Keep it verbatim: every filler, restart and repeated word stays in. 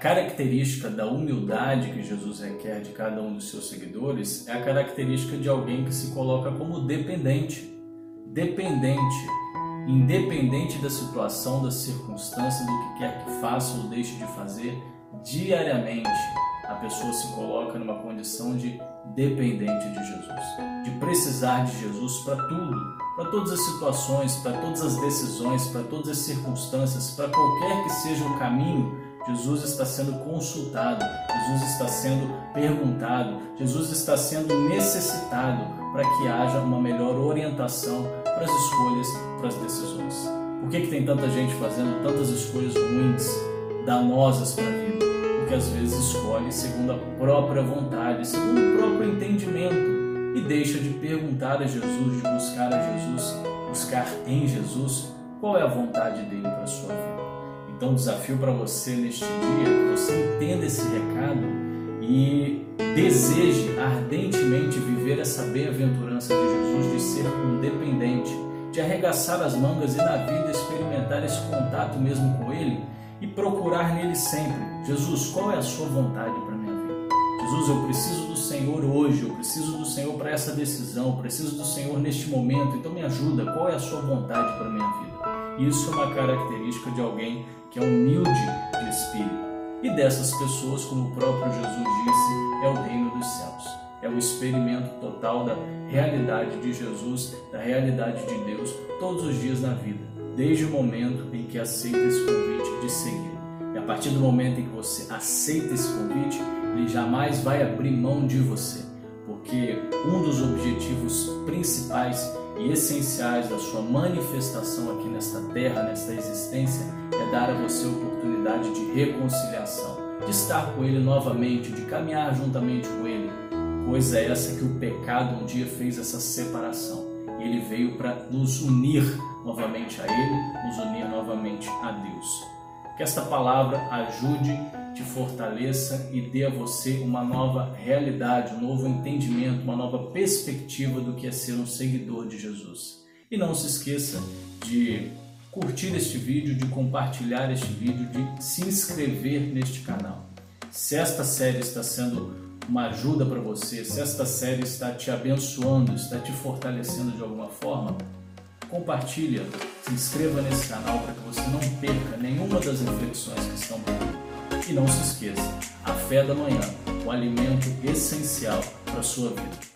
característica da humildade que Jesus requer de cada um dos seus seguidores é a característica de alguém que se coloca como dependente. Dependente, independente da situação, da circunstância, do que quer que faça ou deixe de fazer, diariamente a pessoa se coloca numa condição de dependente de Jesus, de precisar de Jesus para tudo, para todas as situações, para todas as decisões, para todas as circunstâncias, para qualquer que seja o caminho. Jesus está sendo consultado, Jesus está sendo perguntado, Jesus está sendo necessitado para que haja uma melhor orientação para as escolhas, para as decisões. Por que que tem tanta gente fazendo tantas escolhas ruins, danosas para a vida? Porque às vezes escolhe segundo a própria vontade, segundo o próprio entendimento e deixa de perguntar a Jesus, de buscar a Jesus, buscar em Jesus qual é a vontade dele para a sua vida. Então, desafio para você neste dia é que você entenda esse recado e deseje ardentemente viver essa bem-aventurança de Jesus, de ser um dependente, de arregaçar as mangas e na vida experimentar esse contato mesmo com Ele e procurar nele sempre. Jesus, qual é a sua vontade para a minha vida? Jesus, eu preciso do Senhor hoje, eu preciso do Senhor para essa decisão, eu preciso do Senhor neste momento, então me ajuda, qual é a sua vontade para a minha vida? Isso é uma característica de alguém que é humilde de espírito. E dessas pessoas, como o próprio Jesus disse, é o reino dos céus. É o experimento total da realidade de Jesus, da realidade de Deus, todos os dias na vida, desde o momento em que aceita esse convite de seguir. E a partir do momento em que você aceita esse convite, ele jamais vai abrir mão de você, porque um dos objetivos principais e essenciais da sua manifestação aqui nesta terra, nesta existência, é dar a você a oportunidade de reconciliação, de estar com Ele novamente, de caminhar juntamente com Ele. Coisa essa que o pecado um dia fez essa separação. E Ele veio para nos unir novamente a Ele, nos unir novamente a Deus. Que esta palavra ajude, te fortaleça e dê a você uma nova realidade, um novo entendimento, uma nova perspectiva do que é ser um seguidor de Jesus. E não se esqueça de curtir este vídeo, de compartilhar este vídeo, de se inscrever neste canal. Se esta série está sendo uma ajuda para você, se esta série está te abençoando, está te fortalecendo de alguma forma, compartilha, se inscreva nesse canal para que você não perca nenhuma das reflexões que estão por aqui. E não se esqueça, a fé da manhã, o alimento essencial para a sua vida.